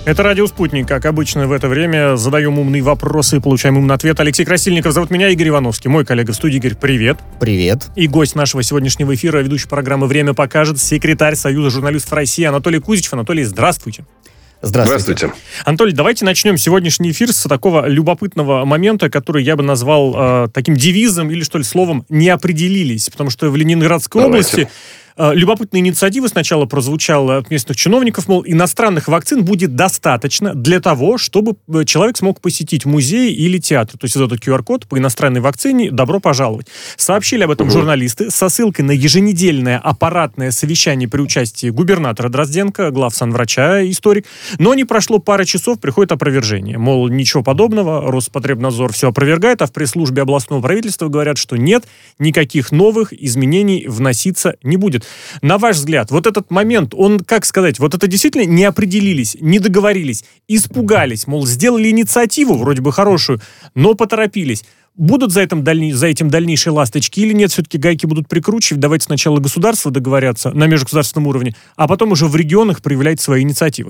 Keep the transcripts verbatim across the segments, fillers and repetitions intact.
Это «Радио Спутник». Как обычно в это время задаем умные вопросы и получаем умный ответ. Алексей Красильников зовут меня, Игорь Ивановский. Мой коллега в студии. Игорь, привет. Привет. И гость нашего сегодняшнего эфира, ведущий программы «Время покажет», секретарь Союза журналистов России Анатолий Кузичев. Анатолий, здравствуйте. Здравствуйте. Здравствуйте. Анатолий, давайте начнем сегодняшний эфир с такого любопытного момента, который я бы назвал э, таким девизом или, что ли, словом «не определились». Потому что в Ленинградской Давайте. области э, любопытная инициатива сначала прозвучала от местных чиновников, мол, иностранных вакцин будет достаточно для того, чтобы человек смог посетить музей или театр. То есть вот этот ку ар код по иностранной вакцине «Добро пожаловать». Сообщили об этом угу. журналисты со ссылкой на еженедельное аппаратное совещание при участии губернатора Дрозденко, главсанврача, историк. Но не прошло пары часов, приходит опровержение. Мол, ничего подобного, Роспотребнадзор все опровергает, а в пресс-службе областного правительства говорят, что нет, никаких новых изменений вноситься не будет. На ваш взгляд, вот этот момент, он, как сказать, вот это действительно не определились, не договорились, испугались, мол, сделали инициативу, вроде бы хорошую, но поторопились. Будут за этим, дальней, за этим дальнейшие ласточки или нет, все-таки гайки будут прикручивать, давайте сначала государства договорятся на межгосударственном уровне, а потом уже в регионах проявлять свои инициативы?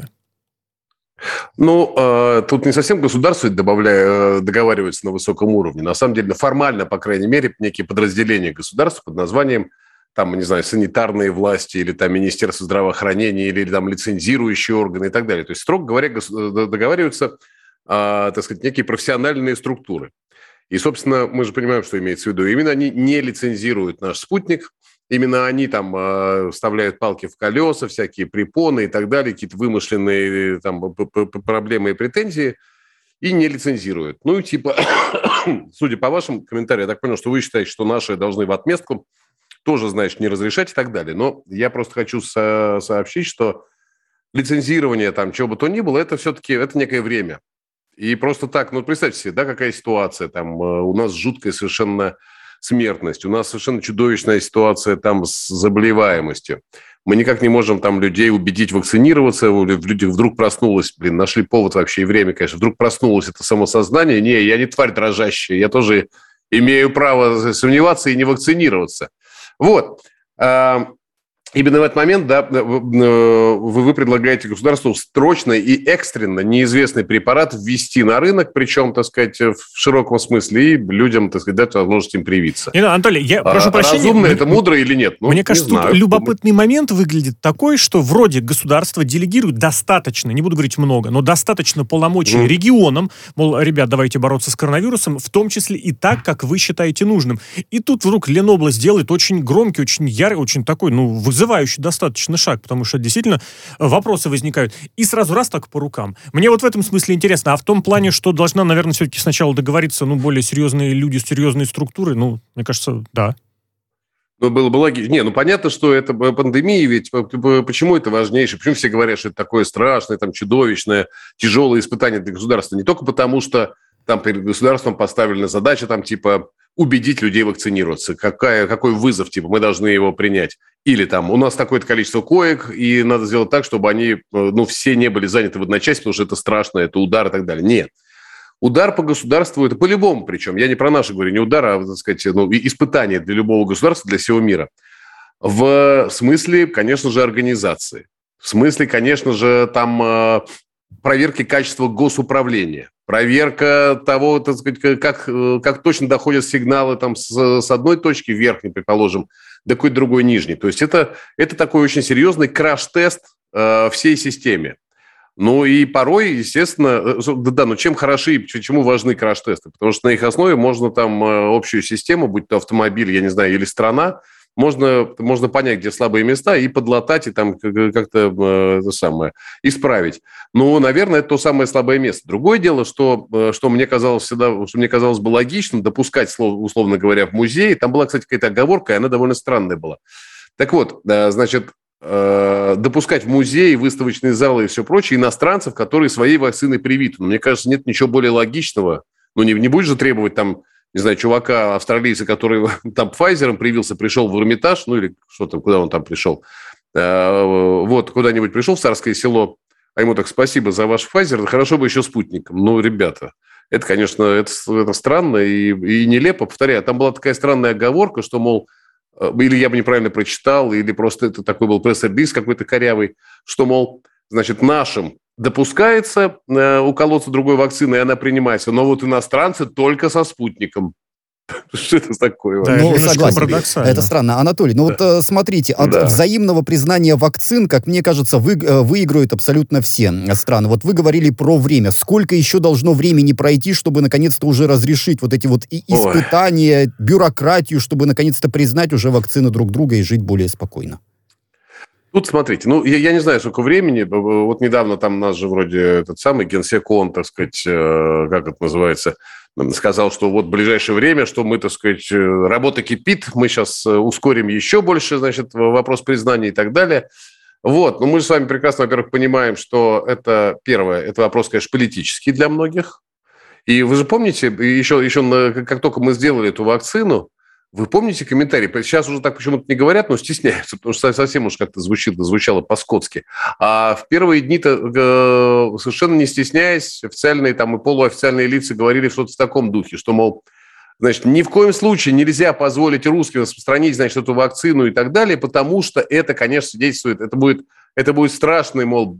Ну, э, тут не совсем государство добавляя, договаривается на высоком уровне. На самом деле, формально, по крайней мере, некие подразделения государства под названием, там, не знаю, санитарные власти или там Министерство здравоохранения или там лицензирующие органы и так далее. То есть, строго говоря, договариваются, э, так сказать, некие профессиональные структуры. И, собственно, мы же понимаем, что имеется в виду. Именно они не лицензируют наш спутник. Именно они там э, вставляют палки в колеса, всякие препоны и так далее, какие-то вымышленные там проблемы и претензии, и не лицензируют. Ну и типа, судя по вашим комментариям, я так понял, что вы считаете, что наши должны в отместку тоже, значит, не разрешать и так далее. Но я просто хочу со- сообщить, что лицензирование там чего бы то ни было, это все-таки это некое время. И просто так, ну представьте себе, да, какая ситуация там, э, у нас жуткая совершенно смертность, у нас совершенно чудовищная ситуация там с заболеваемостью. Мы никак не можем там людей убедить вакцинироваться, люди вдруг проснулось, блин, нашли повод вообще и время, конечно, вдруг проснулось это самосознание, не, я не тварь дрожащая, я тоже имею право сомневаться и не вакцинироваться. Вот. Именно в этот момент, да, вы, вы предлагаете государству срочно и экстренно неизвестный препарат ввести на рынок, причем, так сказать, в широком смысле, и людям, так сказать, дать возможность им привиться. Не, ну, Анатолий, я прошу а, прощения. Разумно мне, это, мудро или нет? Ну, мне кажется, знаю. Тут любопытный момент выглядит такой, что вроде государство делегирует достаточно, не буду говорить много, но достаточно полномочий mm. регионам, мол, ребят, давайте бороться с коронавирусом, в том числе и так, как вы считаете нужным. И тут вдруг Ленобласть делает очень громкий, очень яркий, очень такой, ну, вызывающий достаточно шаг, потому что действительно вопросы возникают. И сразу раз так по рукам. Мне вот в этом смысле интересно, а в том плане, что должна, наверное, все-таки сначала договориться, ну, более серьезные люди, серьезные структуры, ну, мне кажется, да. Ну, было бы логично. Не, ну, понятно, что это пандемия, ведь почему это важнейшее? Почему все говорят, что это такое страшное, там, чудовищное, тяжелое испытание для государства? Не только потому, что там перед государством поставлена задача, там, типа, убедить людей вакцинироваться. Какая, какой вызов, типа, мы должны его принять. Или там, у нас такое-то количество коек, и надо сделать так, чтобы они, ну, все не были заняты в одночасье, потому что это страшно, это удар и так далее. Нет. Удар по государству, это по-любому причем. Я не про наши говорю, не удар, а, так сказать, ну, испытание для любого государства, для всего мира. В смысле, конечно же, организации. В смысле, конечно же, там проверки качества госуправления. Проверка того, так сказать, как, как точно доходят сигналы там, с, с одной точки верхней, предположим, до какой-то другой нижней. То есть это, это такой очень серьезный краш-тест э, всей системе. Ну и порой, естественно, да, да, но чем хороши и почему важны краш-тесты? Потому что на их основе можно там общую систему, будь то автомобиль, я не знаю, или страна, можно, можно понять, где слабые места, и подлатать, и там как-то э, это самое, исправить. Ну, наверное, это то самое слабое место. Другое дело, что, что, мне казалось всегда, что мне казалось бы логичным допускать, условно говоря, в музее. Там была, кстати, какая-то оговорка, и она довольно странная была. Так вот, значит, э, допускать в музей, выставочные залы и все прочее иностранцев, которые своей вакциной привиты. Но мне кажется, нет ничего более логичного. Ну, не, не будешь же требовать там, не знаю, чувака, австралийца, который там Pfizer'ом привился, пришел в Эрмитаж, ну или что там, куда он там пришел, вот, куда-нибудь пришел в Царское Село, а ему так: спасибо за ваш Pfizer, хорошо бы еще спутником. Ну, ребята, это, конечно, это, это странно и, и нелепо. Повторяю, там была такая странная оговорка, что, мол, или я бы неправильно прочитал, или просто это такой был пресс-релиз какой-то корявый, что, мол, значит, нашим допускается э, уколоться другой вакциной, и она принимается, но вот иностранцы только со спутником. Что это такое? Да, ну, это согласен. парадоксально. Это странно. Анатолий, ну да. вот смотрите, от да. взаимного признания вакцин, как мне кажется, вы, выиграют абсолютно все страны. Вот вы говорили про время. Сколько еще должно времени пройти, чтобы наконец-то уже разрешить вот эти вот испытания, Ой. бюрократию, чтобы наконец-то признать уже вакцины друг друга и жить более спокойно? Тут, смотрите, ну, я, я не знаю, сколько времени. Вот недавно там нас же вроде этот самый генсек ООН, так сказать, э, как это называется, сказал, что вот в ближайшее время, что мы, так сказать, работа кипит, мы сейчас ускорим еще больше, значит, вопрос признания и так далее. Вот, но мы же с вами прекрасно, во-первых, понимаем, что это, первое, это вопрос, конечно, политический для многих. И вы же помните, еще, еще как только мы сделали эту вакцину, вы помните комментарии? Сейчас уже так почему-то не говорят, но стесняются, потому что совсем уж как-то звучало, звучало по-скотски. А в первые дни-то э, совершенно не стесняясь, официальные там и полуофициальные лица говорили что-то в таком духе, что, мол, значит, ни в коем случае нельзя позволить русским распространить, значит, эту вакцину и так далее, потому что это, конечно, свидетельствует, это будет, это будет страшный, мол,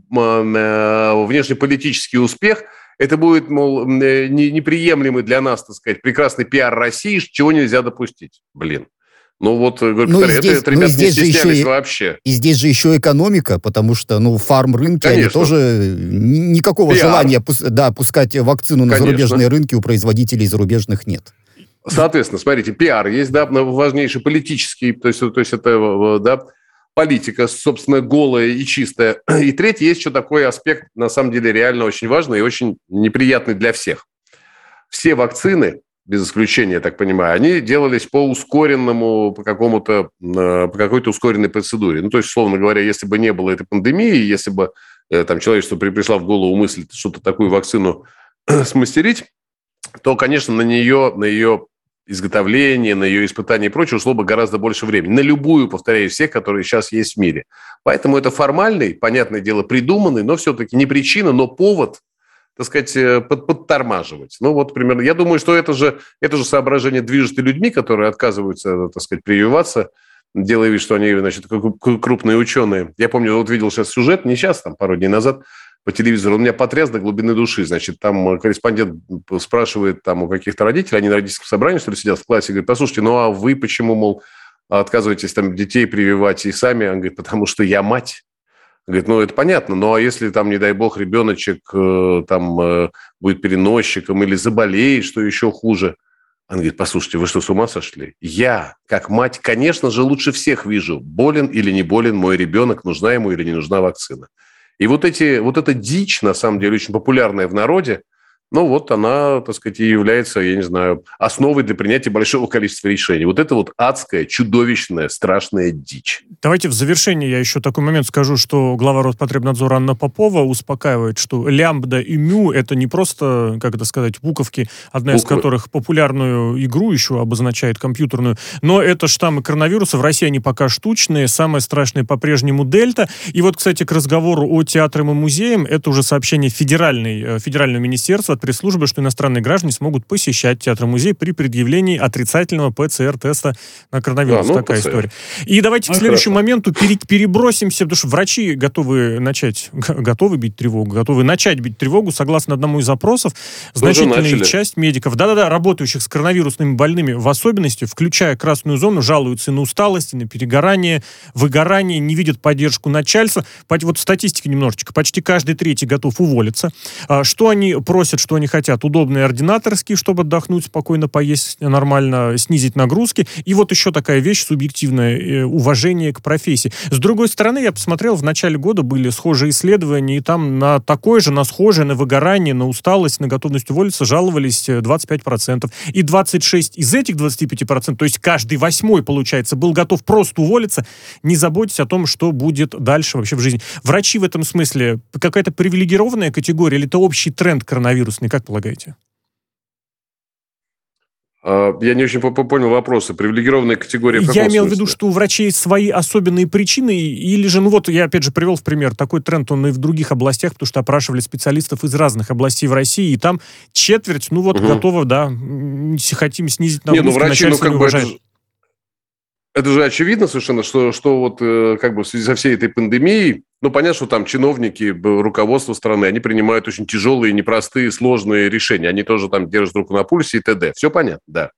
внешнеполитический успех. Это будет, мол, неприемлемый для нас, так сказать, прекрасный пиар России, чего нельзя допустить. Блин. Ну вот, говорю, ну, повторяю, здесь, это, это ребята ну, не стеснялись вообще. И здесь же еще экономика, потому что, ну, фарм-рынки, Конечно. Они тоже никакого пиар. желания да, пускать вакцину на Конечно. зарубежные рынки у производителей зарубежных нет. Соответственно, смотрите, пиар есть, да, важнейший политический, то есть, то есть это, да, политика, собственно, голая и чистая. И третий, есть еще такой аспект, на самом деле, реально очень важный и очень неприятный для всех. Все вакцины, без исключения, я так понимаю, они делались по ускоренному, по какому-то, по какой-то ускоренной процедуре. Ну, то есть, условно говоря, если бы не было этой пандемии, если бы там человечество пришла в голову мысль что-то такую вакцину смастерить, то, конечно, на нее, на ее изготовление, на ее испытание и прочее ушло бы гораздо больше времени. На любую, повторяю, всех, которые сейчас есть в мире. Поэтому это формальный, понятное дело, придуманный, но все-таки не причина, но повод, так сказать, под, подтормаживать. Ну, вот примерно. Я думаю, что это же, это же соображение движет и людьми, которые отказываются, так сказать, прививаться, делая вид, что они, значит, крупные ученые. Я помню, вот видел сейчас сюжет, не сейчас, там, пару дней назад, по телевизору, он меня потряс до глубины души. Значит, там корреспондент спрашивает там у каких-то родителей, они на родительском собрании, что ли, сидят в классе, говорит, послушайте, ну а вы почему, мол, отказываетесь там детей прививать и сами? Он говорит, потому что я мать. Он говорит, ну это понятно, ну а если там, не дай бог, ребеночек там будет переносчиком или заболеет, что еще хуже? Он говорит, послушайте, вы что, с ума сошли? Я, как мать, конечно же, лучше всех вижу, болен или не болен мой ребенок, нужна ему или не нужна вакцина. И вот, эти, вот эта дичь, на самом деле, очень популярная в народе, ну вот она, так сказать, и является, я не знаю, основой для принятия большого количества решений. Вот это вот адская, чудовищная, страшная дичь. Давайте в завершение я еще такой момент скажу, что глава Роспотребнадзора Анна Попова успокаивает, что лямбда и мю — это не просто, как это сказать, буковки, одна Буквы. из которых популярную игру еще обозначает, компьютерную, но это штаммы коронавируса. В России они пока штучные, самое страшное по-прежнему дельта. И вот, кстати, к разговору о театрах и музеях, это уже сообщение федеральной, федерального министерства, пресс-службы, что иностранные граждане смогут посещать театр-музей при предъявлении отрицательного ПЦР-теста на коронавирус. Да, ну, Такая ПЦР. История. И давайте а, к следующему хорошо. моменту пере- перебросимся, потому что врачи готовы начать, готовы бить тревогу, готовы начать бить тревогу, согласно одному из запросов. Значительная часть медиков, да-да-да, работающих с коронавирусными больными в особенности, включая красную зону, жалуются на усталость, на перегорание, выгорание, не видят поддержку начальства. Вот статистика немножечко. Почти каждый третий готов уволиться. Что они просят, что они хотят? Удобные ординаторские, чтобы отдохнуть, спокойно поесть, нормально снизить нагрузки. И вот еще такая вещь, субъективное э, уважение к профессии. С другой стороны, я посмотрел, в начале года были схожие исследования, и там на такое же, на схожее, на выгорание, на усталость, на готовность уволиться жаловались двадцать пять процентов. И двадцать шесть из этих двадцати пяти процентов, то есть каждый восьмой, получается, был готов просто уволиться, не заботясь о том, что будет дальше вообще в жизни. Врачи в этом смысле какая-то привилегированная категория или это общий тренд коронавирусный, как полагаете? Я не очень понял вопросы. Привилегированная категория в каком Я имел смысле? в виду, что у врачей свои особенные причины, или же, ну вот, я опять же привел в пример, такой тренд, он и в других областях, потому что опрашивали специалистов из разных областей в России, и там четверть, ну вот, угу. готова, да, хотим снизить нагрузку, не, ну, врачи, начальство ну, как не бы уважает. это, Это же очевидно совершенно, что, что вот как бы в связи со всей этой пандемией, ну, понятно, что там чиновники, руководство страны, они принимают очень тяжелые, непростые, сложные решения. Они тоже там держат руку на пульсе и т.д. Все понятно, да.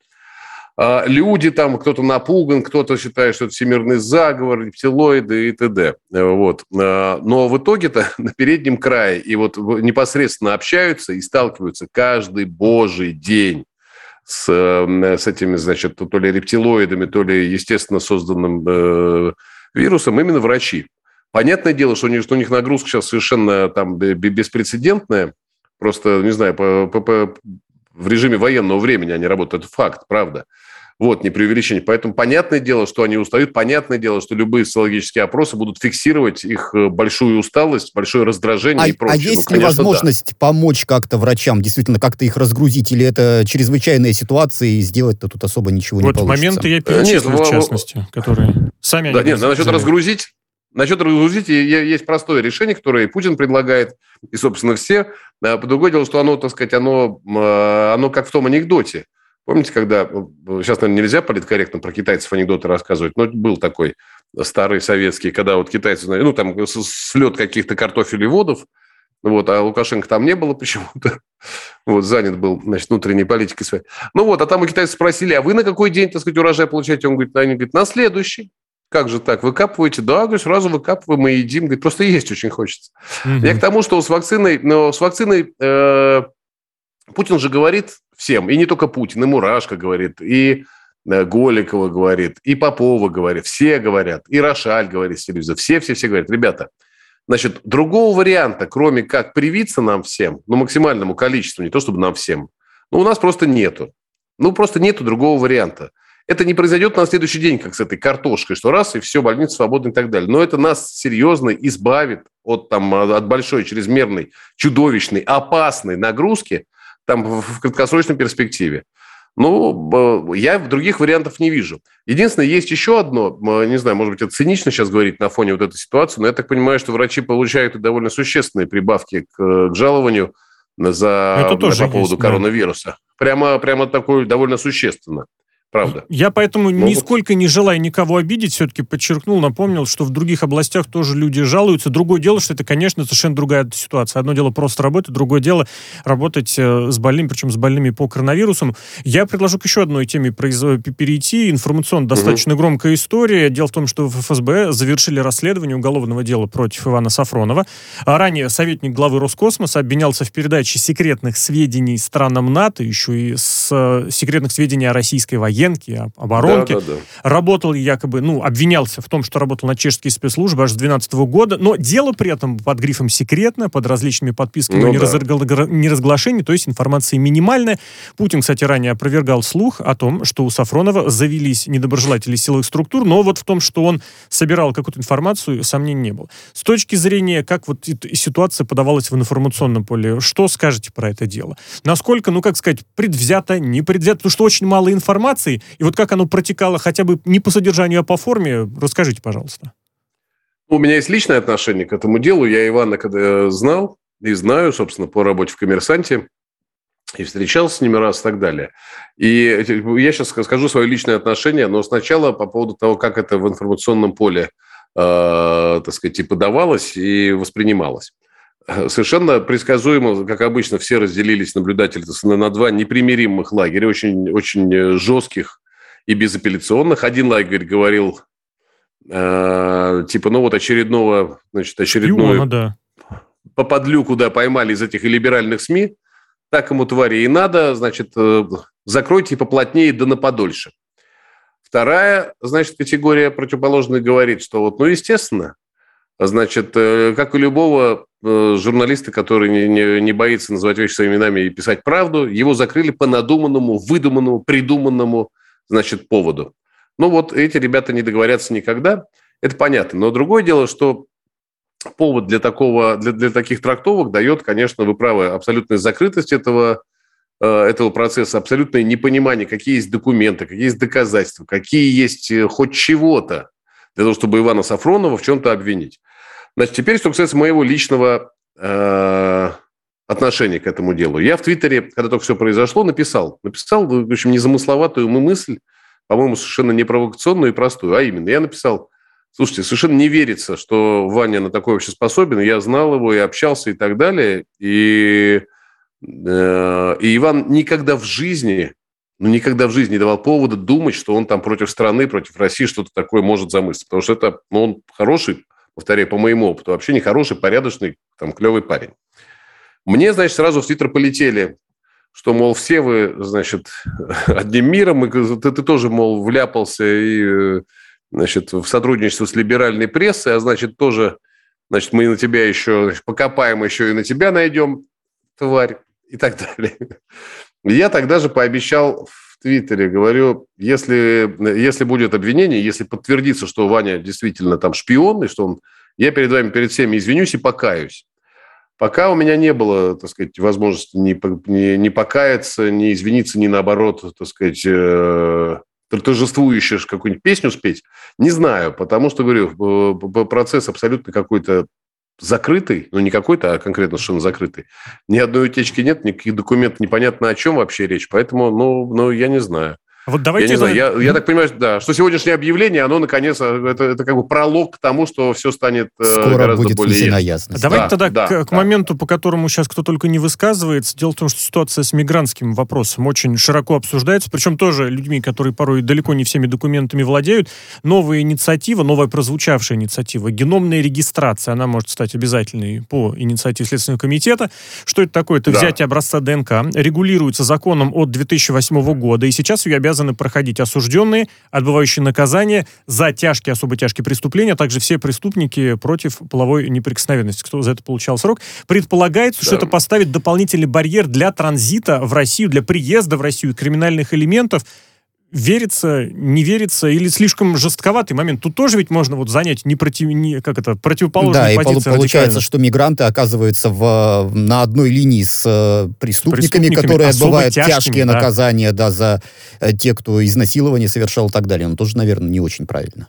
А люди там, кто-то напуган, кто-то считает, что это всемирный заговор, рептилоиды и т.д. Вот. Но в итоге-то на переднем крае и вот непосредственно общаются и сталкиваются каждый божий день с, с этими, значит, то ли рептилоидами, то ли естественно созданным э, вирусом именно врачи. Понятное дело, что у них, что у них нагрузка сейчас совершенно там беспрецедентная. Просто, не знаю, по, по, по, в режиме военного времени они работают. Это факт, правда. Вот, не преувеличение. Поэтому понятное дело, что они устают. Понятное дело, что любые социологические опросы будут фиксировать их большую усталость, большое раздражение а, и прочее. А есть ну, конечно, ли возможность да. помочь как-то врачам, действительно как-то их разгрузить? Или это чрезвычайная ситуация, и сделать-то тут особо ничего вот не получится? Вот моменты я перечислил, нет, в частности, которые сами... Да, нет, насчет разгрузить... Насчет разгрузить есть простое решение, которое Путин предлагает, и, собственно, все. Другое дело, что оно, так сказать, оно, оно как в том анекдоте. Помните, когда... Сейчас, наверное, нельзя политкорректно про китайцев анекдоты рассказывать, но был такой старый советский, когда вот китайцы... Ну, там слет каких-то картофелеводов, вот, а Лукашенко там не было почему-то. Вот, занят был, значит, внутренней политикой своей. Ну вот, а там у китайцев спросили, а вы на какой день, так сказать, урожай получаете? Он говорит, они говорят, на следующий. Как же так? Выкапываете? Да, говорю, сразу выкапываем и едим. Говорит, просто есть очень хочется. Угу. Я к тому, что с вакциной... Но с вакциной э, Путин же говорит всем, и не только Путин, и Мурашко говорит, и э, Голикова говорит, и Попова говорит, все говорят, и Рошаль говорит с телевизора, все-все-все говорят, ребята, значит, другого варианта, кроме как привиться нам всем, ну, максимальному количеству, не то чтобы нам всем, ну, у нас просто нету. Ну, просто нету другого варианта. Это не произойдет на следующий день, как с этой картошкой, что раз, и все, больница свободна и так далее. Но это нас серьезно избавит от, там, от большой, чрезмерной, чудовищной, опасной нагрузки там, в краткосрочной перспективе. Ну, я других вариантов не вижу. Единственное, есть еще одно, не знаю, может быть, это цинично сейчас говорить на фоне вот этой ситуации, но я так понимаю, что врачи получают довольно существенные прибавки к, к жалованию за, по поводу есть, коронавируса. Да. Прямо, прямо такое довольно существенно. Правда. Я поэтому ну, нисколько не желаю никого обидеть, все-таки подчеркнул, напомнил, что в других областях тоже люди жалуются. Другое дело, что это, конечно, совершенно другая ситуация. Одно дело просто работать, другое дело работать с больными, причем с больными по коронавирусу. Я предложу к еще одной теме перейти. Информационно достаточно угу. громкая история. Дело в том, что в эф эс бэ завершили расследование уголовного дела против Ивана Сафронова. А ранее советник главы Роскосмоса обвинялся в передаче секретных сведений странам НАТО, еще и с секретных сведений о российской военной оборонки. Да, да, да. Работал якобы, ну, обвинялся в том, что работал на чешские спецслужбы аж с две тысячи двенадцатого года, но дело при этом под грифом «секретно», под различными подписками ну, о да. неразглашении, то есть информация минимальная. Путин, кстати, ранее опровергал слух о том, что у Сафронова завелись недоброжелатели силовых структур, но вот в том, что он собирал какую-то информацию, сомнений не было. С точки зрения, как вот ситуация подавалась в информационном поле, что скажете про это дело? Насколько, ну, как сказать, предвзято, не предвзято, потому что очень мало информации. И вот как оно протекало хотя бы не по содержанию, а по форме, расскажите, пожалуйста. У меня есть личное отношение к этому делу. Я Ивана когда знал и знаю, собственно, по работе в «Коммерсанте», и встречался с ними раз и так далее. И я сейчас скажу свое личное отношение, но сначала по поводу того, как это в информационном поле, э, так сказать, и подавалось, и воспринималось. Совершенно предсказуемо, как обычно, все разделились наблюдатели на два непримиримых лагеря, очень, очень жестких и безапелляционных. Один лагерь говорил, э, типа, ну вот очередного, значит, очередную Шпиона, да. попадлюку, да, поймали из этих либеральных СМИ, так ему, твари, и надо, значит, э, закройте поплотнее да на подольше. Вторая, значит, категория противоположная говорит, что вот, ну, естественно, значит, как у любого журналиста, который не, не, не боится называть вещи своими именами и писать правду, его закрыли по надуманному, выдуманному, придуманному, значит, поводу. Ну вот эти ребята не договорятся никогда, это понятно. Но другое дело, что повод для, такого, для, для таких трактовок дает, конечно, вы правы, абсолютная закрытость этого, этого процесса, абсолютное непонимание, какие есть документы, какие есть доказательства, какие есть хоть чего-то для того, чтобы Ивана Сафронова в чем-то обвинить. Значит, теперь, что касается моего личного э, отношения к этому делу. Я в Твиттере, когда только все произошло, написал, написал, в общем, незамысловатую мысль по-моему, совершенно не провокационную и простую. А именно, я написал, слушайте, совершенно не верится, что Ваня на такое вообще способен. Я знал его и общался и так далее. И, э, и Иван никогда в жизни, ну, никогда в жизни не давал повода думать, что он там против страны, против России что-то такое может замыслить. Потому что это, ну, он хороший, повторяю, по моему опыту, вообще не хороший, порядочный, там, клевый парень. Мне, значит, сразу в Твиттер полетели, что, мол, все вы, значит, одним миром, и ты, ты тоже, мол, вляпался и, значит, в сотрудничество с либеральной прессой, а значит, тоже, значит, мы на тебя еще значит, покопаем, еще и на тебя найдем, тварь, и так далее. Я тогда же пообещал в Твиттере, говорю, если, если будет обвинение, если подтвердится, что Ваня действительно там шпион, и что он, я перед вами, перед всеми извинюсь и покаюсь. Пока у меня не было, так сказать, возможности ни, ни, ни покаяться, ни извиниться, ни наоборот, так сказать, э, торжествующую какую-нибудь песню спеть, не знаю, потому что, говорю, процесс абсолютно какой-то закрытый, ну, не какой-то, а конкретно совершенно закрытый. Ни одной утечки нет, никаких документов, непонятно, о чем вообще речь, поэтому, ну, ну я не знаю. Вот давайте я, не знаю, я, я так понимаю, да, что сегодняшнее объявление, оно, наконец, это, это как бы пролог к тому, что все станет Скоро гораздо будет более внесена ясно. ясность. Давайте Да, тогда да, к, к да. моменту, по которому сейчас кто только не высказывается. Дело в том, что ситуация с мигрантским вопросом очень широко обсуждается, причем тоже людьми, которые порой далеко не всеми документами владеют. Новая инициатива, новая прозвучавшая инициатива, геномная регистрация, она может стать обязательной по инициативе Следственного комитета. Что это такое? Это Да. взятие образца ДНК, регулируется законом от две тысячи восьмого года, и сейчас ее обязаны проходить осужденные, отбывающие наказание за тяжкие, особо тяжкие преступления, а также все преступники против половой неприкосновенности, кто за это получал срок. Предполагается, да. что это поставит дополнительный барьер для транзита в Россию, для приезда в Россию криминальных элементов. Верится, не верится, или слишком жестковатый момент. Тут тоже ведь можно вот занять не против, не, как это, противоположную да, позицию. Да, и получается, что мигранты оказываются в, на одной линии с э, преступниками, преступниками, которые отбывают тяжкими, тяжкие да. наказания да, за э, те, кто изнасилование совершал и так далее. Но тоже, наверное, не очень правильно.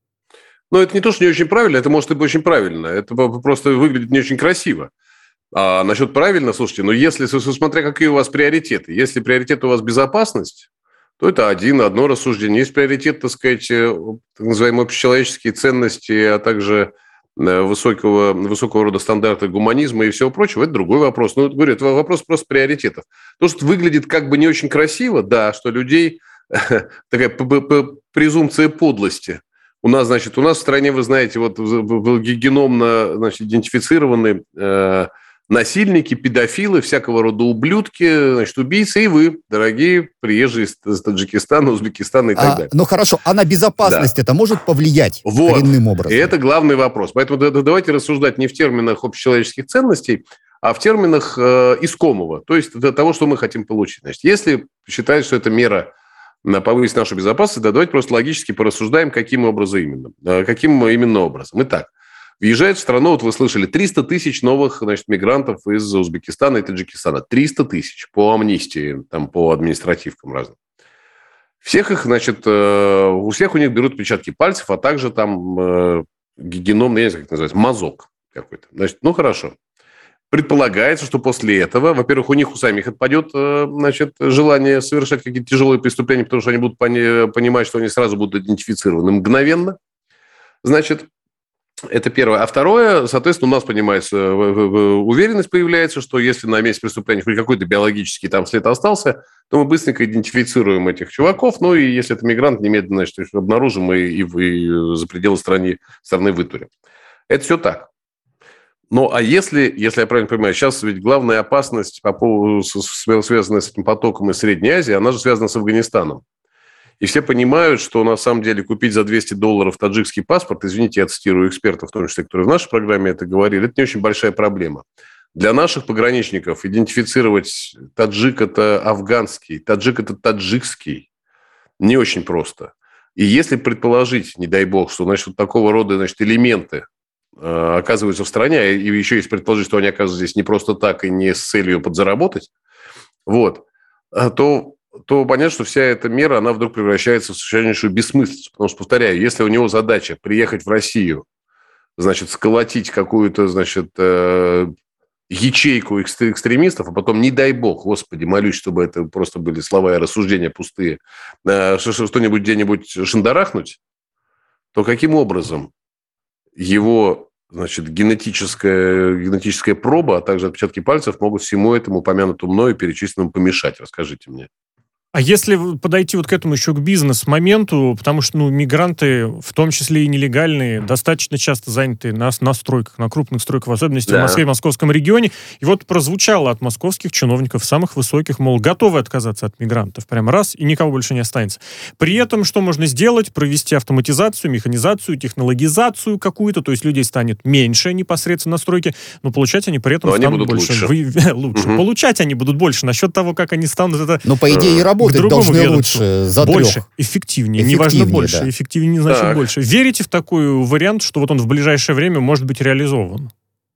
Ну, это не то, что не очень правильно, это может и быть очень правильно. Это просто выглядит не очень красиво. А насчет правильно, слушайте, ну, если, смотря какие у вас приоритеты. Если приоритет у вас безопасность, то это один, одно рассуждение. Есть приоритет, так сказать, так называемые общечеловеческие ценности, а также высокого, высокого рода стандарты гуманизма и всего прочего, это другой вопрос. Ну, говорю, это вопрос просто приоритетов. То, что выглядит как бы не очень красиво, да, что людей такая презумпция подлости. У нас, значит, у нас в стране, вы знаете, вот геномно, значит, идентифицированы насильники, педофилы, всякого рода ублюдки, значит, убийцы, и вы, дорогие приезжие из Таджикистана, Узбекистана и так а, далее. Ну хорошо, а на безопасность да. это может повлиять вот. коренным образом? И это главный вопрос. Поэтому давайте рассуждать не в терминах общечеловеческих ценностей, а в терминах э, искомого, то есть того, что мы хотим получить. Значит, если считать, что это мера на повысить нашу безопасность, да, давайте просто логически порассуждаем, каким образом именно. Каким именно образом. Итак, въезжает в страну, вот вы слышали, триста тысяч новых, значит, мигрантов из Узбекистана и Таджикистана. триста тысяч по амнистии, там, по административкам разным. Всех их, значит, у всех у них берут отпечатки пальцев, а также там геномный, я не знаю, как это называется, мазок какой-то. Значит, ну, хорошо. Предполагается, что после этого, во-первых, у них у самих отпадет, значит, желание совершать какие-то тяжелые преступления, потому что они будут пони- понимать, что они сразу будут идентифицированы мгновенно. Значит, это первое. А второе, соответственно, у нас, понимается, уверенность появляется, что если на месте преступления хоть какой-то биологический там след остался, то мы быстренько идентифицируем этих чуваков, ну и если это мигрант, немедленно, значит, их обнаружим и, и, и за пределы страны, страны вытурим. Это все так. Ну, а если, если я правильно понимаю, сейчас ведь главная опасность, по поводу, связанная с этим потоком из Средней Азии, она же связана с Афганистаном. И все понимают, что на самом деле купить за двести долларов таджикский паспорт, извините, я цитирую экспертов, в том числе, которые в нашей программе это говорили, это не очень большая проблема. Для наших пограничников идентифицировать таджик – это афганский, таджик – это таджикский, не очень просто. И если предположить, не дай бог, что, значит, вот такого рода, значит, элементы э, оказываются в стране, и еще есть предположить, что они оказываются здесь не просто так и не с целью подзаработать, вот, то... то понятно, что вся эта мера, она вдруг превращается в совершеннейшую бессмыслицу. Потому что, повторяю, если у него задача приехать в Россию, значит, сколотить какую-то, значит, ячейку экстремистов, а потом, не дай бог, господи, молюсь, чтобы это просто были слова и рассуждения пустые, что-нибудь где-нибудь шандарахнуть, то каким образом его, значит, генетическая, генетическая проба, а также отпечатки пальцев могут всему этому упомянутому мною перечисленному помешать? Расскажите мне. А если подойти вот к этому еще к бизнес-моменту, потому что, ну, мигранты, в том числе и нелегальные, достаточно часто заняты на, на стройках, на крупных стройках, в особенности да. в Москве и московском регионе. И вот прозвучало от московских чиновников, самых высоких, мол, готовы отказаться от мигрантов. Прямо раз, и никого больше не останется. При этом что можно сделать? Провести автоматизацию, механизацию, технологизацию какую-то, то есть людей станет меньше непосредственно на стройке, но получать они при этом но станут больше. Лучше. Вы, лучше. Угу. Получать они будут больше. Насчет того, как они станут, это... Но, по идее, и работать должны ведомству. Лучше за больше, трех. Эффективнее. Не важно больше. Да. Эффективнее не значит так. больше. Верите в такой вариант, что вот он в ближайшее время может быть реализован?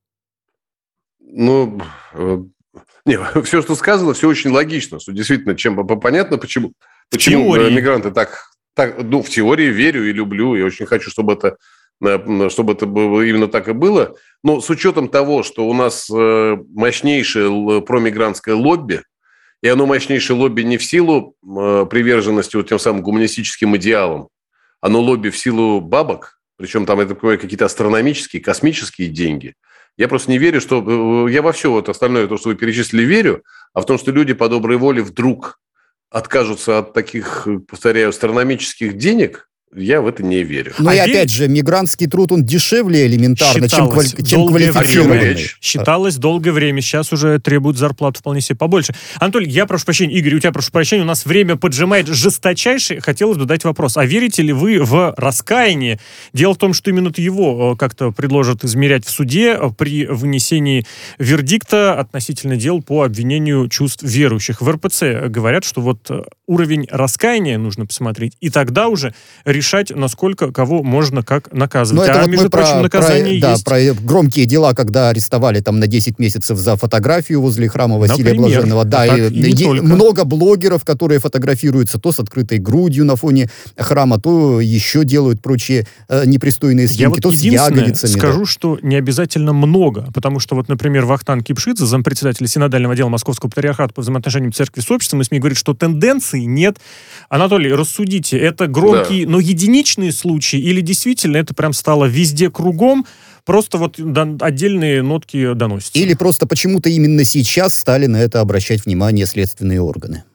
Ну, не, все, что сказано, все очень логично. Что действительно, чем понятно, почему, почему мигранты так, так... Ну, в теории верю и люблю, и очень хочу, чтобы это, чтобы это было, именно так и было. Но с учетом того, что у нас мощнейшее промигрантское лобби, и оно мощнейшее лобби не в силу э, приверженности вот тем самым гуманистическим идеалам, оно лобби в силу бабок, причем там это какие-то астрономические, космические деньги. Я просто не верю, что... Э, я во все вот остальное, то, что вы перечислили, верю, а в том, что люди по доброй воле вдруг откажутся от таких, повторяю, астрономических денег, я в это не верю. Ну а и верь... опять же, мигрантский труд, он дешевле элементарно, считалось, чем, квали... чем квалифицированный. Считалось долгое время, сейчас уже требуют зарплату вполне себе побольше. Анатолий, я прошу прощения, Игорь, у тебя прошу прощения, у нас время поджимает жесточайше. Хотелось бы дать вопрос. А верите ли вы в раскаяние? Дело в том, что именно его как-то предложат измерять в суде при вынесении вердикта относительно дел по обвинению чувств верующих. В эр пэ цэ говорят, что вот уровень раскаяния нужно посмотреть, и тогда уже решать, насколько кого можно как наказывать. Но а, вот между про, прочим, наказание про, есть. Да, про громкие дела, когда арестовали там на десять месяцев за фотографию возле храма Василия Например, Блаженного. Да, а и, и и много блогеров, которые фотографируются то с открытой грудью на фоне храма, то еще делают прочие э, непристойные снимки, Я вот то с ягодицами. скажу, да. что не обязательно много, потому что вот, например, Вахтанг Кипшидзе, зампредседателя синодального отдела Московского патриархата по взаимоотношениям церкви с обществом и СМИ, говорит, что тенденции нет. Анатолий, рассудите, это громкие, да. но единичные случаи, или действительно это прям стало везде кругом, просто вот отдельные нотки доносятся? Или просто почему-то именно сейчас стали на это обращать внимание следственные органы?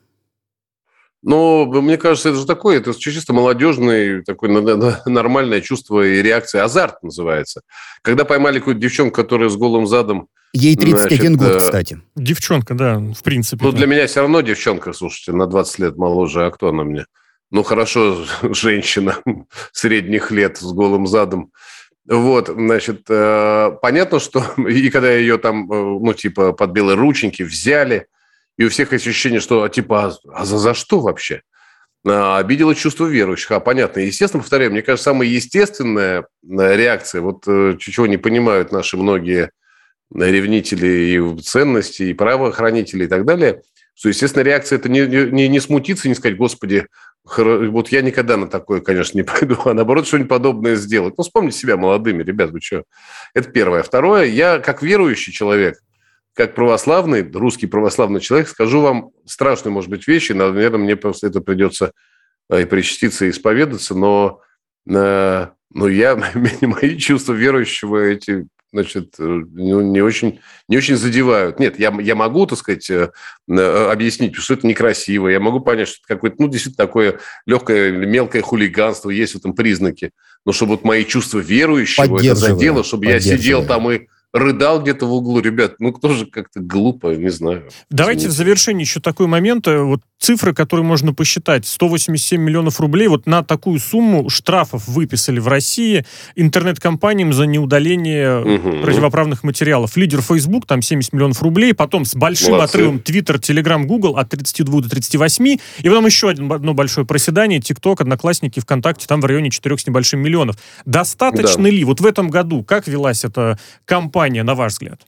Ну, мне кажется, это же такое, это чисто молодежное, такое нормальное чувство и реакция. Азарт называется. Когда поймали какую-то девчонку, которая с голым задом... Ей тридцать один год, э... кстати. Девчонка, да, в принципе. Ну, да. для меня все равно девчонка, слушайте, на двадцать лет моложе. А кто она мне? Ну, хорошо, женщина средних лет с голым задом. Вот, значит, э, понятно, что... И когда ее там, э, ну, типа, под белые рученьки взяли, и у всех ощущение, что, типа, а за, за что вообще? А, обидело чувство верующих. А, понятно. Естественно, повторяю, мне кажется, самая естественная реакция, вот э, чего не понимают наши многие ревнители и ценностей, и правоохранители, и так далее, что, естественно, реакция – это не, не, не смутиться, не сказать, господи, вот я никогда на такое, конечно, не пойду, а наоборот, что-нибудь подобное сделать. Ну, вспомните себя молодыми, ребят, вы что? Это первое. Второе, я как верующий человек, как православный, русский православный человек, скажу вам страшную, может быть, вещи, наверное, мне просто это придется и причаститься, и исповедаться, но, но я, мои чувства верующего эти... значит, ну, не очень, не очень задевают. Нет, я, я могу, так сказать, объяснить, что это некрасиво, я могу понять, что это какое-то, ну, действительно, такое легкое, мелкое хулиганство, есть в этом признаки, но чтобы вот мои чувства верующего это задело, чтобы я сидел там и рыдал где-то в углу, ребят, ну, тоже как-то глупо, не знаю. Давайте Извините. В завершении еще такой момент. Вот цифры, которые можно посчитать. сто восемьдесят семь миллионов рублей. Вот на такую сумму штрафов выписали в России интернет-компаниям за неудаление угу. противоправных материалов. Лидер Facebook, там семьдесят миллионов рублей. Потом с большим Молодцы. Отрывом Twitter, Telegram, Google от тридцати двух до тридцати восьми. И потом еще одно большое проседание. TikTok, Одноклассники, ВКонтакте, там в районе четырех с небольшим миллионов. Достаточно да. ли вот в этом году, как велась эта кампания, на ваш взгляд?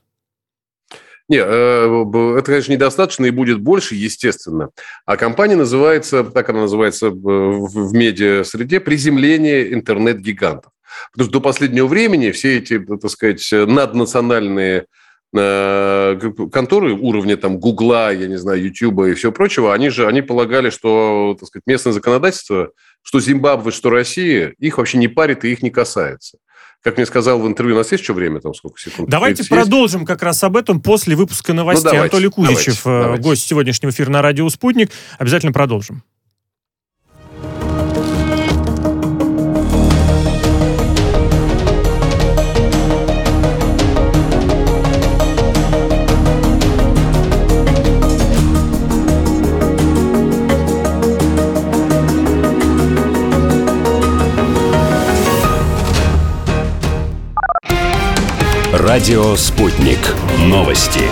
Не, это, конечно, недостаточно и будет больше, естественно. А компания называется, так она называется в медиа-среде, «Приземление интернет-гигантов». Потому что до последнего времени все эти, так сказать, наднациональные конторы уровня там Гугла, я не знаю, Ютуба и всего прочего, они же они полагали, что, так сказать, местное законодательство, что Зимбабве, что Россия, их вообще не парит и их не касается. Как мне сказал в интервью, у нас есть еще время, там сколько секунд? Давайте продолжим есть? Как раз об этом после выпуска новостей. Ну, давайте, Анатолий Кузичев, давайте, давайте. Гость сегодняшнего эфира на радио «Спутник». Обязательно продолжим. Радио «Спутник». Новости.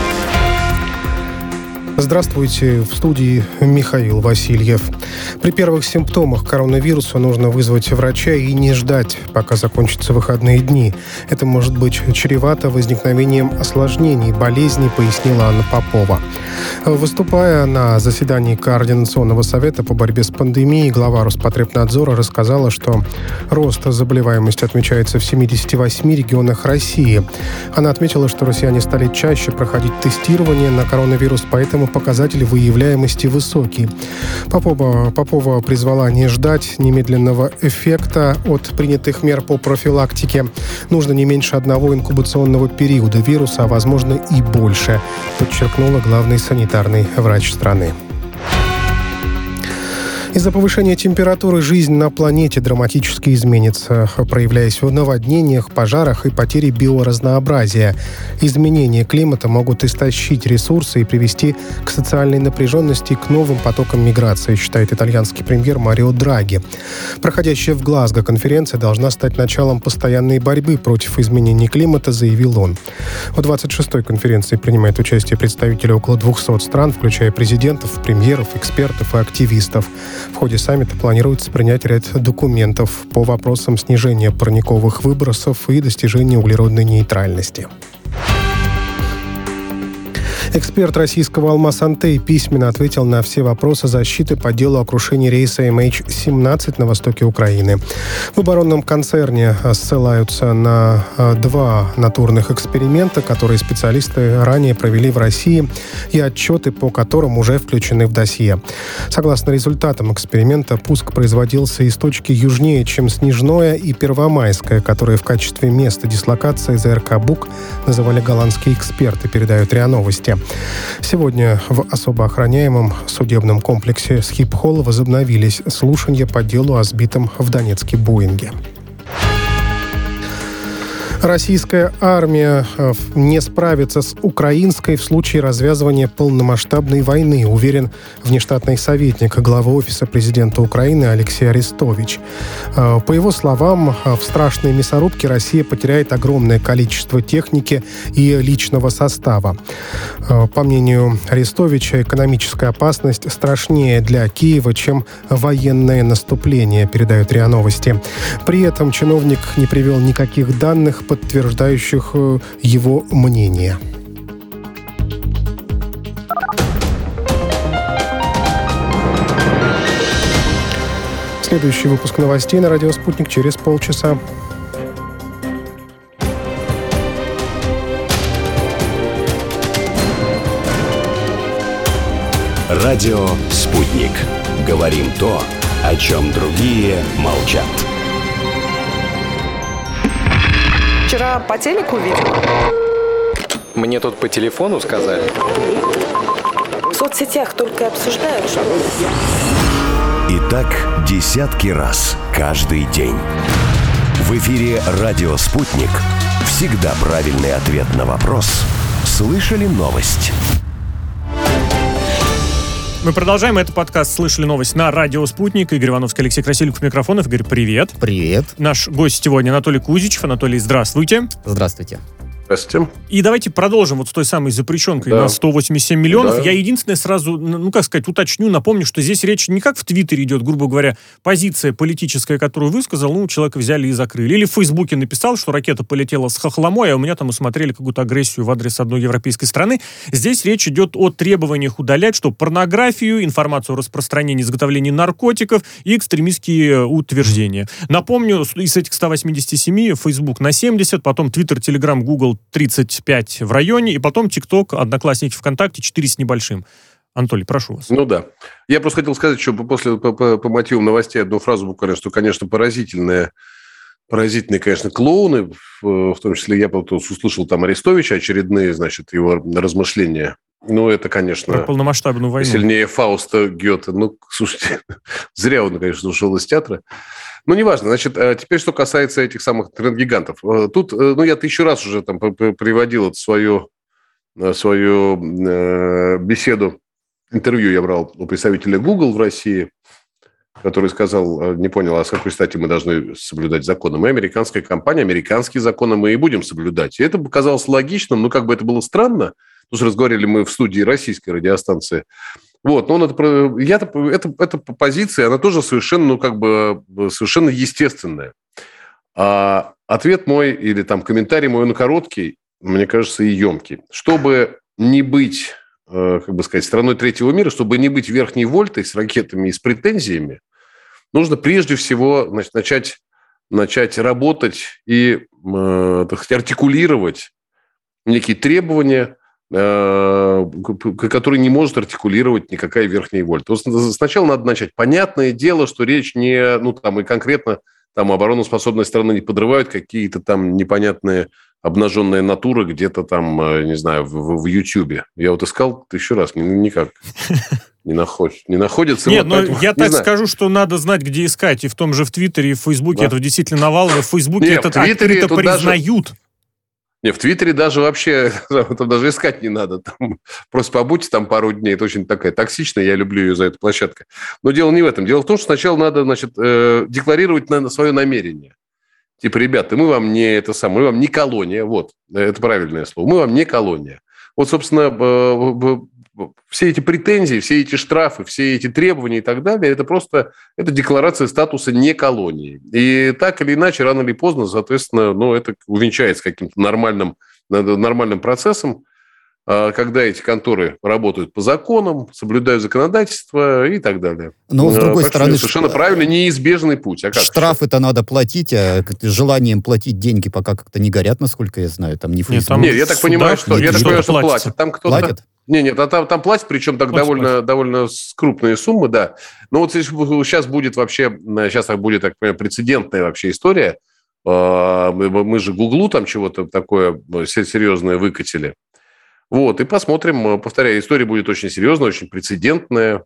Здравствуйте, в студии Михаил Васильев. При первых симптомах коронавируса нужно вызвать врача и не ждать, пока закончатся выходные дни. Это может быть чревато возникновением осложнений болезни, пояснила Анна Попова. Выступая на заседании Координационного совета по борьбе с пандемией, глава Роспотребнадзора рассказала, что рост заболеваемости отмечается в семидесяти восьми регионах России. Она отметила, что россияне стали чаще проходить тестирование на коронавирус, поэтому показатель выявляемости высокий. Попова, Попова призвала не ждать немедленного эффекта от принятых мер по профилактике. Нужно не меньше одного инкубационного периода вируса, а возможно и больше, подчеркнула главный санитарный врач страны. Из-за повышения температуры жизнь на планете драматически изменится, проявляясь в наводнениях, пожарах и потере биоразнообразия. Изменения климата могут истощить ресурсы и привести к социальной напряженности и к новым потокам миграции, считает итальянский премьер Марио Драги. Проходящая в Глазго конференция должна стать началом постоянной борьбы против изменений климата, заявил он. В двадцать шестой конференции принимает участие представители около двухсот стран, включая президентов, премьеров, экспертов и активистов. В ходе саммита планируется принять ряд документов по вопросам снижения парниковых выбросов и достижения углеродной нейтральности. Эксперт российского «Алмаз-Антей» письменно ответил на все вопросы защиты по делу о крушении рейса эм эйч семнадцать на востоке Украины. В оборонном концерне ссылаются на два натурных эксперимента, которые специалисты ранее провели в России, и отчеты по которым уже включены в досье. Согласно результатам эксперимента, пуск производился из точки южнее, чем Снежное и Первомайское, которые в качестве места дислокации ЗРК «Бук» называли голландские эксперты, передают РИА Новости. Сегодня в особо охраняемом судебном комплексе Схипхол возобновились слушания по делу о сбитом в Донецке Боинге. Российская армия не справится с украинской в случае развязывания полномасштабной войны, уверен внештатный советник главы Офиса президента Украины Алексей Арестович. По его словам, в страшной мясорубке Россия потеряет огромное количество техники и личного состава. По мнению Арестовича, экономическая опасность страшнее для Киева, чем военное наступление, передают РИА Новости. При этом чиновник не привел никаких данных, подтверждающих его мнение. Следующий выпуск новостей на радио «Спутник» через полчаса. Радио «Спутник». Говорим то, о чем другие молчат. Вчера по телеку видел. Мне тут по телефону сказали. В соцсетях только обсуждают, что... И так десятки раз каждый день. В эфире «Радио Спутник». Всегда правильный ответ на вопрос. Слышали новость? Мы продолжаем. Это подкаст «Слышали новость» на радио «Спутник». Игорь Ивановский, Алексей Красильников, микрофонов. Игорь, привет. Привет. Наш гость сегодня Анатолий Кузичев. Анатолий, здравствуйте. Здравствуйте. Здравствуйте. И давайте продолжим вот с той самой запрещенкой да. на сто восемьдесят семь миллионов. Да. Я единственное сразу, ну как сказать, уточню, напомню, что здесь речь не как в Твиттере идет, грубо говоря, позиция политическая, которую высказал, ну, человека взяли и закрыли. Или в Фейсбуке написал, что ракета полетела с хохломой, а у меня там усмотрели какую-то агрессию в адрес одной европейской страны. Здесь речь идет о требованиях удалять, что порнографию, информацию о распространении и изготовлении наркотиков и экстремистские утверждения. Напомню, из этих ста восьмидесяти семи Facebook на семьдесят, потом Twitter, Telegram, Google тридцать пять в районе, и потом ТикТок, Одноклассники, ВКонтакте четыре с небольшим. Анатолий, прошу вас. Ну да. Я просто хотел сказать, что после, по, по, по мотивам новостей одну фразу буквально, что, конечно, поразительная, поразительные, конечно, клоуны, в, в том числе я услышал там Арестовича, очередные, значит, его размышления. Ну, это, конечно... Про полномасштабную войну. Сильнее Фауста Гёте. Ну, слушайте, зря он, конечно, ушел из театра. Ну, неважно. Значит, теперь, что касается этих самых тренд-гигантов. Тут, ну, я тысячу раз уже там приводил эту свою, свою э, беседу, интервью я брал у представителя Google в России, который сказал, не понял, а с какой стати мы должны соблюдать законы. Мы американская компания, американские законы мы и будем соблюдать. И это показалось логичным, но как бы это было странно, потому что разговаривали мы в студии российской радиостанции. Вот, но он это, я, это, эта позиция, она тоже совершенно, ну, как бы, совершенно естественная. А ответ мой или там комментарий мой, он короткий, мне кажется, и емкий. Чтобы не быть, как бы сказать, страной третьего мира, чтобы не быть верхней вольтой с ракетами и с претензиями, нужно прежде всего, значит, начать, начать работать и, э, так сказать, артикулировать некие требования, э, которые не может артикулировать никакая верхняя вольта. Сначала надо начать. Понятное дело, что речь не, ну, там, и конкретно там обороноспособные страны не подрывают какие-то там непонятные обнаженные натуры где-то там, не знаю, в, в Ютьюбе. Я вот искал тысячу раз, никак не, наход, не находится. Нет, вот, но поэтому, я так знаю. скажу, что надо знать, где искать. И в том же в Твиттере, и в Фейсбуке да. этого действительно навалом. В Фейсбуке Нет, это в Твиттере открыто признают. Даже... Нет, в Твиттере даже вообще, там даже искать не надо. Там, просто побудьте там пару дней. Это очень такая токсичная, я люблю ее за эту площадку. Но дело не в этом. Дело в том, что сначала надо, значит, э, декларировать на, на свое намерение. Типа, ребята, мы вам не это самое, мы вам не колония, вот, это правильное слово, мы вам не колония. Вот, собственно, все эти претензии, все эти штрафы, все эти требования и так далее, это просто это декларация статуса не колонии. И так или иначе, рано или поздно, соответственно, ну, это увенчается каким-то нормальным, нормальным процессом, когда эти конторы работают по законам, соблюдают законодательство и так далее. Но, с другой так стороны... Совершенно ш... правильно, неизбежный путь. А как штрафы-то надо платить, а желанием платить деньги пока как-то не горят, насколько я знаю. Там не Нет, там нет, я так понимаю, что, я так понимаю, что платят. Там кто-то... Платят? Нет, нет, а там, там платят, причем так довольно, довольно крупные суммы, да. Но вот сейчас будет вообще, сейчас будет, так понимаю, прецедентная вообще история. Мы, мы же Гуглу там чего-то такое серьезное выкатили. Вот, и посмотрим. Повторяю, история будет очень серьезная, очень прецедентная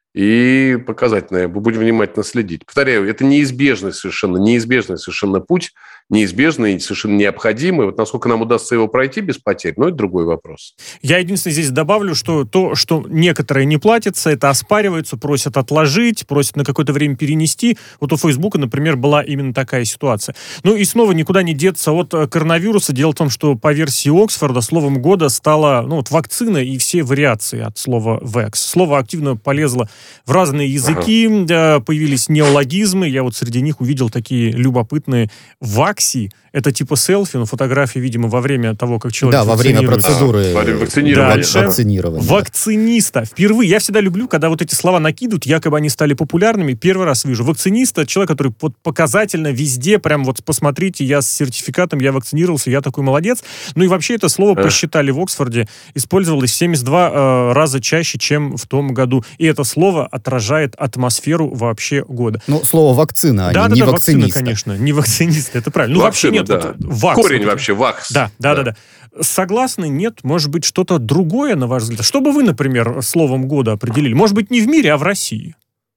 и показательная. Мы будем внимательно следить. Повторяю, это неизбежный совершенно, неизбежный совершенно путь, неизбежный и совершенно необходимый. Вот насколько нам удастся его пройти без потерь, ну, это другой вопрос. Я единственное здесь добавлю, что то, что некоторые не платятся, это оспариваются, просят отложить, просят на какое-то время перенести. Вот у Фейсбука, например, была именно такая ситуация. Ну и снова никуда не деться от коронавируса. Дело в том, что по версии Оксфорда словом года стала, ну, вот вакцина и все вариации от слова «vax». Слово активно полезло в разные языки, ага. появились неологизмы. Я вот среди них увидел такие любопытные «вакс». Это типа селфи, но фотографии, видимо, во время того, как человек да, во время процедуры а, вакцинирования. Дальше. Вакцинирования. Вакциниста. Впервые. Я всегда люблю, когда вот эти слова накидывают, якобы они стали популярными. Первый раз вижу. Вакциниста — человек, который вот показательно везде, прям вот посмотрите, я с сертификатом, я вакцинировался, я такой молодец. Ну и вообще это слово Эх. посчитали в Оксфорде, использовалось семьдесят два э, раза чаще, чем в том году. И это слово отражает атмосферу вообще года. Ну, слово вакцина, а да, не, да, не да, вакциниста. Вакцина, конечно, не вакцинист, это правильно. Ну, вообще нет. Да. Вот, вакс, корень вот, вообще, вакс. Да, да, да, да, да. Согласны? Нет? Может быть, что-то другое, на ваш взгляд? Что бы вы, например, словом года определили? Может быть, не в мире, а в России?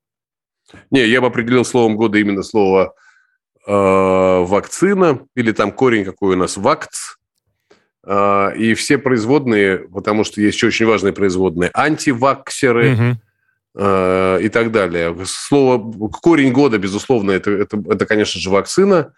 Не, я бы определил словом года именно слово э, вакцина, или там корень какой у нас, вакц. Э, и все производные, потому что есть еще очень важные производные, антиваксеры, угу. э, и так далее. Слово, корень года, безусловно, это, это, это конечно же, вакцина.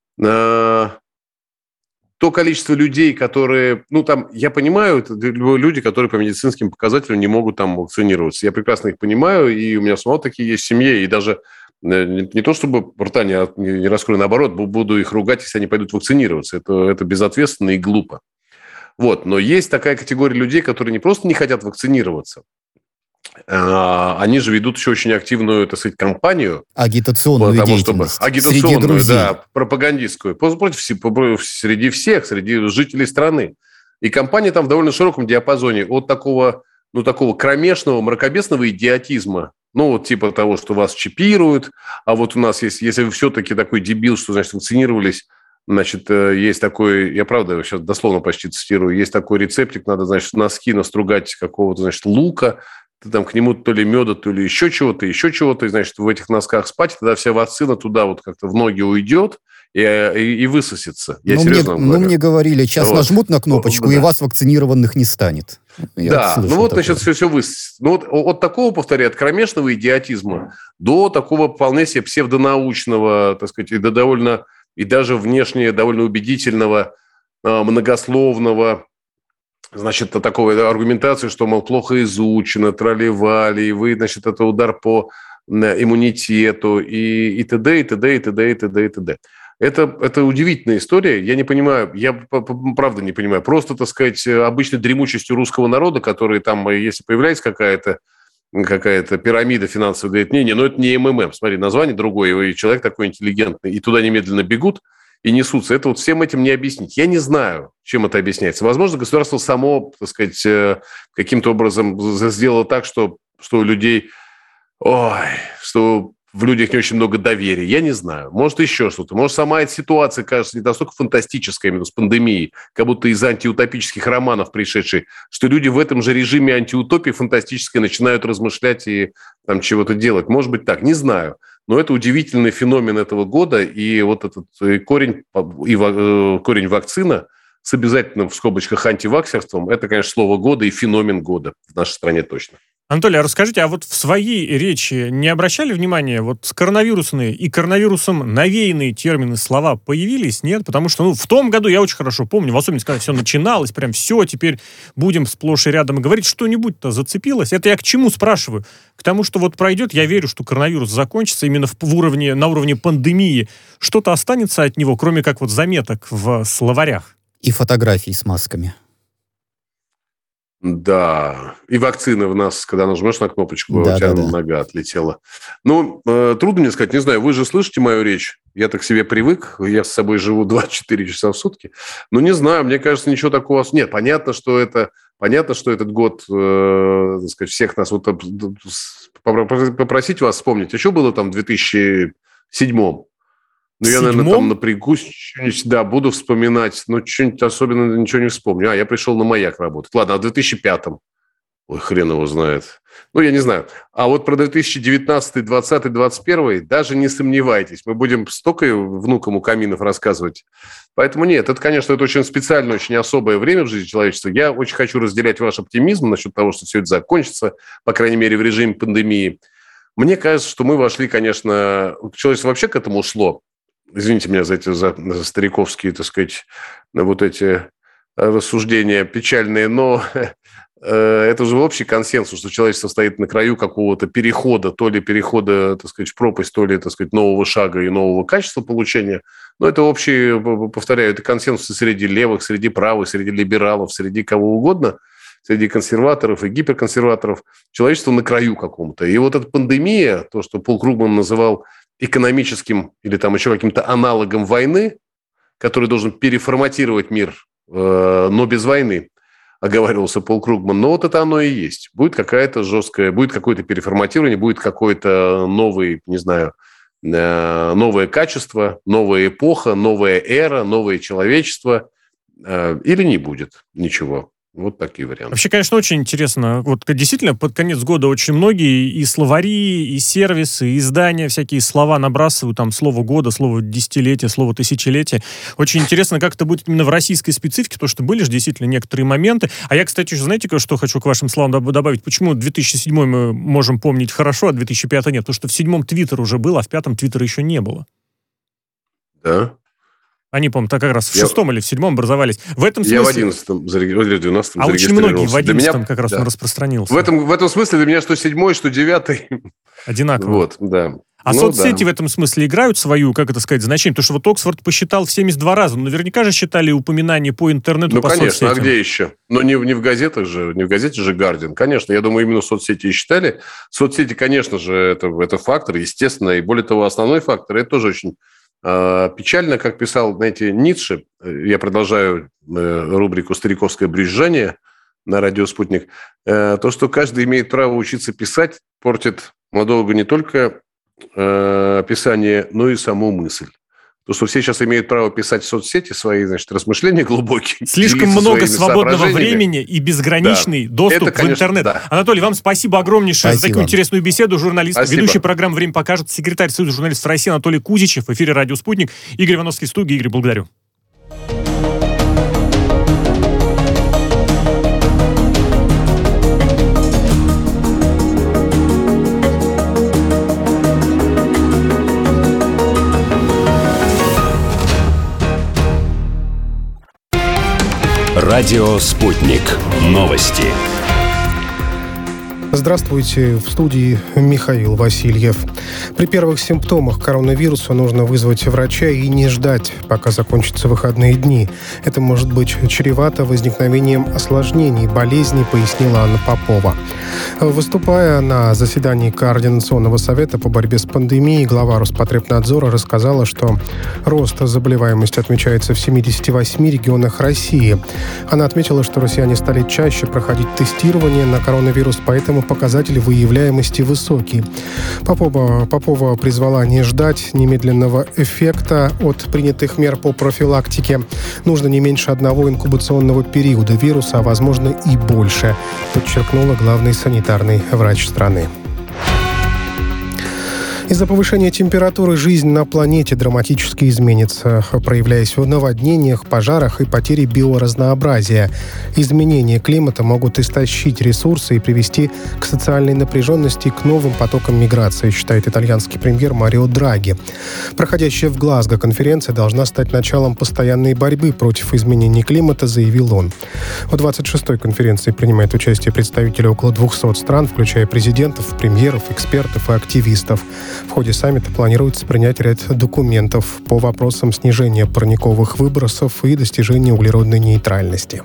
То количество людей, которые... Ну, там, я понимаю, это люди, которые по медицинским показателям не могут там вакцинироваться. Я прекрасно их понимаю, и у меня самого такие есть в семье, и даже не, не то, чтобы рта не, не раскрою, наоборот, буду их ругать, если они пойдут вакцинироваться. Это, это безответственно и глупо. Вот. Но есть такая категория людей, которые не просто не хотят вакцинироваться, они же ведут еще очень активную, так сказать, кампанию. Агитационную потому, деятельность. Чтобы, агитационную, да, пропагандистскую. Против, среди всех, среди жителей страны. И кампания там в довольно широком диапазоне. От такого, ну, такого кромешного, мракобесного идиотизма. Ну, вот типа того, что вас чипируют. А вот у нас есть, если вы все-таки такой дебил, что, значит, вакцинировались, значит, есть такой, я правда сейчас дословно почти цитирую, есть такой рецептик, надо, значит, носки настругать какого-то, значит, лука, ты там к нему то ли меда, то ли еще чего-то, еще чего-то, и, значит, в этих носках спать, тогда вся вакцина туда вот как-то в ноги уйдет и, и, и высосется. Я ну, серьезно мне, говорю. Ну, мне говорили, сейчас вот. Нажмут на кнопочку, да. И вас вакцинированных не станет. Я да, ну вот, такое. Значит, все, все высосется. Ну вот от такого, повторяю, от кромешного идиотизма до такого вполне себе псевдонаучного, так сказать, и до довольно, и даже внешне довольно убедительного, многословного, значит, такого аргументации, что, мол, плохо изучено, трали-вали, и вы, значит, это удар по иммунитету, и, и т.д., и т.д., и т.д., и т.д., и т.д. Это, это удивительная история. Я не понимаю, я правда не понимаю. Просто, так сказать, обычной дремучестью русского народа, который там, если появляется какая-то какая-то пирамида финансовая, говорит, не-не, ну это не эм эм эм, смотри, название другое, и человек такой интеллигентный, и туда немедленно бегут и несутся. Это вот всем этим не объяснить. Я не знаю, чем это объясняется. Возможно, государство само, так сказать, каким-то образом сделало так, что, что у людей, ой, что в людях не очень много доверия. Я не знаю. Может, еще что-то. Может, сама эта ситуация кажется не настолько фантастической, именно с пандемией, как будто из антиутопических романов пришедшей, что люди в этом же режиме антиутопии фантастической начинают размышлять и там чего-то делать. Может быть так, не знаю. Но это удивительный феномен этого года. И вот этот корень, и корень вакцина с обязательным в скобочках антиваксерством, это, конечно, слово года и феномен года в нашей стране точно. Анатолий, а расскажите, а вот в своей речи не обращали внимания, вот коронавирусные и коронавирусом навеянные термины, слова появились, нет? Потому что, ну, в том году я очень хорошо помню, в особенности, когда все начиналось, прям все, теперь будем сплошь и рядом говорить, что-нибудь-то зацепилось. Это я к чему спрашиваю? К тому, что вот пройдет, я верю, что коронавирус закончится именно в, в уровне, на уровне пандемии. Что-то останется от него, кроме как вот заметок в словарях? И фотографий с масками. Да, и вакцины в нас, когда нажмешь на кнопочку, да, у тебя да, да. нога отлетела. Ну, э, трудно мне сказать, не знаю, вы же слышите мою речь? Я так к себе привык, я с собой живу двадцать четыре часа в сутки. Ну, не знаю, мне кажется, ничего такого... Нет, понятно, что это... Понятно, что этот год, э, так сказать, всех нас... Вот, попросить вас вспомнить, а что было там в две тысячи седьмом? Ну, я, Седьмом? наверное, там напрягусь, что-нибудь, да, буду вспоминать, но что-нибудь особенно ничего не вспомню. А, я пришел на «Маяк» работать. Ладно, а в две тысячи пятом? Ой, хрен его знает. Ну, я не знаю. А вот про две тысячи девятнадцатый, двадцатый, двадцать первый даже не сомневайтесь. Мы будем столько внукам у каминов рассказывать. Поэтому нет, это, конечно, это очень специальное, очень особое время в жизни человечества. Я очень хочу разделять ваш оптимизм насчет того, что все это закончится, по крайней мере, в режиме пандемии. Мне кажется, что мы вошли, конечно... Человечество вообще к этому шло. Извините меня за эти за, за стариковские, так сказать, вот эти рассуждения печальные, но э, это же общий консенсус, что человечество стоит на краю какого-то перехода, то ли перехода, так сказать, в пропасть, то ли, так сказать, нового шага и нового качества получения. Но это общий, повторяю, это консенсус среди левых, среди правых, среди либералов, среди кого угодно, среди консерваторов и гиперконсерваторов. Человечество на краю каком-то. И вот эта пандемия, то, что Пол Кругман называл экономическим или там еще каким-то аналогом войны, который должен переформатировать мир, э, но без войны, оговаривался Пол Кругман. Но вот это оно и есть. Будет какая-то жесткая, будет какое-то переформатирование, будет какой-то новый, не знаю, э, новое качество, новая эпоха, новая эра, новое человечество. Э, или не будет ничего. Вот такие варианты. Вообще, конечно, очень интересно. Вот действительно, под конец года очень многие и словари, и сервисы, и издания, всякие слова набрасывают, там, слово года, слово десятилетия, слово тысячелетия. Очень интересно, как это будет именно в российской специфике, потому что были же действительно некоторые моменты. А я, кстати, еще, знаете, что хочу к вашим словам добавить? Почему две тысячи седьмой мы можем помнить хорошо, а две тысячи пятый нет? Потому что в седьмом Твиттер уже был, а в пятом Твиттера еще не было. Да? Они, по-моему, так как раз в я... шестом или в седьмом образовались. В этом смысле... Я в одиннадцатом, в двенадцатом а очень многие в одиннадцатом меня... как раз да. он распространился. В этом, в этом смысле для меня что седьмой, что девятый. Одинаково. Вот, да. А ну, соцсети да. в этом смысле играют свою, как это сказать, значение? Потому что вот Оксфорд посчитал в семьдесят два раза. Ну, наверняка же считали упоминания по интернету, ну, по конечно, соцсетям. а где еще? Но не, не в газетах же, не в газете же «Гардиан». Конечно, я думаю, именно соцсети и считали. Соцсети, конечно же, это, это фактор, естественно. И более того, основной фактор, это тоже очень э, печально, как писал, знаете, Ницше. Я продолжаю э, рубрику «Стариковское брюзжание» на радио «Спутник». Э, то, что каждый имеет право учиться писать, портит молодого не только э, писание, но и саму мысль. То, что все сейчас имеют право писать в соцсети свои, значит, размышления глубокие. Слишком много свободного времени и безграничный да. доступ это, конечно, в интернет. Да. Анатолий, вам спасибо огромнейшее спасибо. за такую интересную беседу. Журналист, спасибо. ведущий программы «Время покажет», секретарь Союза журналистов России Анатолий Кузичев. В эфире «Радио Спутник». Игорь Ивановский в студии. Игорь, благодарю. Радио «Спутник». Новости. Здравствуйте, в студии Михаил Васильев. При первых симптомах коронавируса нужно вызвать врача и не ждать, пока закончатся выходные дни. Это может быть чревато возникновением осложнений болезни, пояснила Анна Попова. Выступая на заседании Координационного совета по борьбе с пандемией, глава Роспотребнадзора рассказала, что рост заболеваемости отмечается в семидесяти восьми регионах России. Она отметила, что россияне стали чаще проходить тестирование на коронавирус, поэтому показатели выявляемости высокие. Попова, Попова призвала не ждать немедленного эффекта от принятых мер по профилактике. Нужно не меньше одного инкубационного периода вируса, а возможно и больше, подчеркнула главный санитарный врач страны. Из-за повышения температуры жизнь на планете драматически изменится, проявляясь в наводнениях, пожарах и потере биоразнообразия. Изменения климата могут истощить ресурсы и привести к социальной напряженности и к новым потокам миграции, считает итальянский премьер Марио Драги. Проходящая в Глазго конференция должна стать началом постоянной борьбы против изменений климата, заявил он. В двадцать шестой конференции принимает участие представители около двухсот стран, включая президентов, премьеров, экспертов и активистов. В ходе саммита планируется принять ряд документов по вопросам снижения парниковых выбросов и достижения углеродной нейтральности.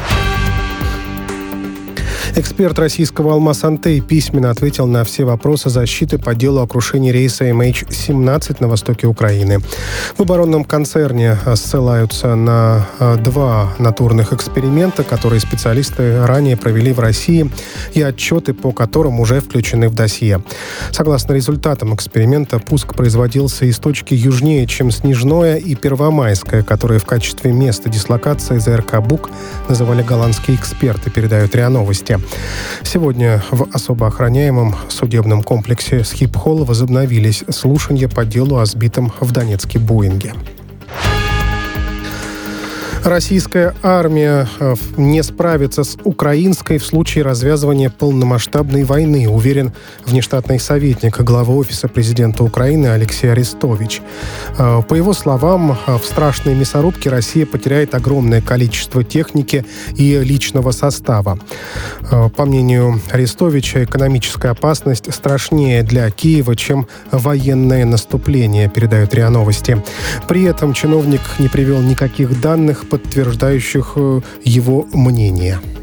Эксперт российского «Алмаз-Антей» письменно ответил на все вопросы защиты по делу о крушении рейса эм эйч семнадцать на востоке Украины. В оборонном концерне ссылаются на два натурных эксперимента, которые специалисты ранее провели в России, и отчеты по которым уже включены в досье. Согласно результатам эксперимента, пуск производился из точки южнее, чем Снежное и Первомайское, которые в качестве места дислокации ЗРК «Бук» называли голландские эксперты, передают РИА Новости. Сегодня в особо охраняемом судебном комплексе Схипхол возобновились слушания по делу о сбитом в Донецке Боинге. Российская армия не справится с украинской в случае развязывания полномасштабной войны, уверен внештатный советник главы Офиса президента Украины Алексей Арестович. По его словам, в страшной мясорубке Россия потеряет огромное количество техники и личного состава. По мнению Арестовича, экономическая опасность страшнее для Киева, чем военное наступление, передают РИА Новости. При этом чиновник не привел никаких данных, подтверждающих его мнение.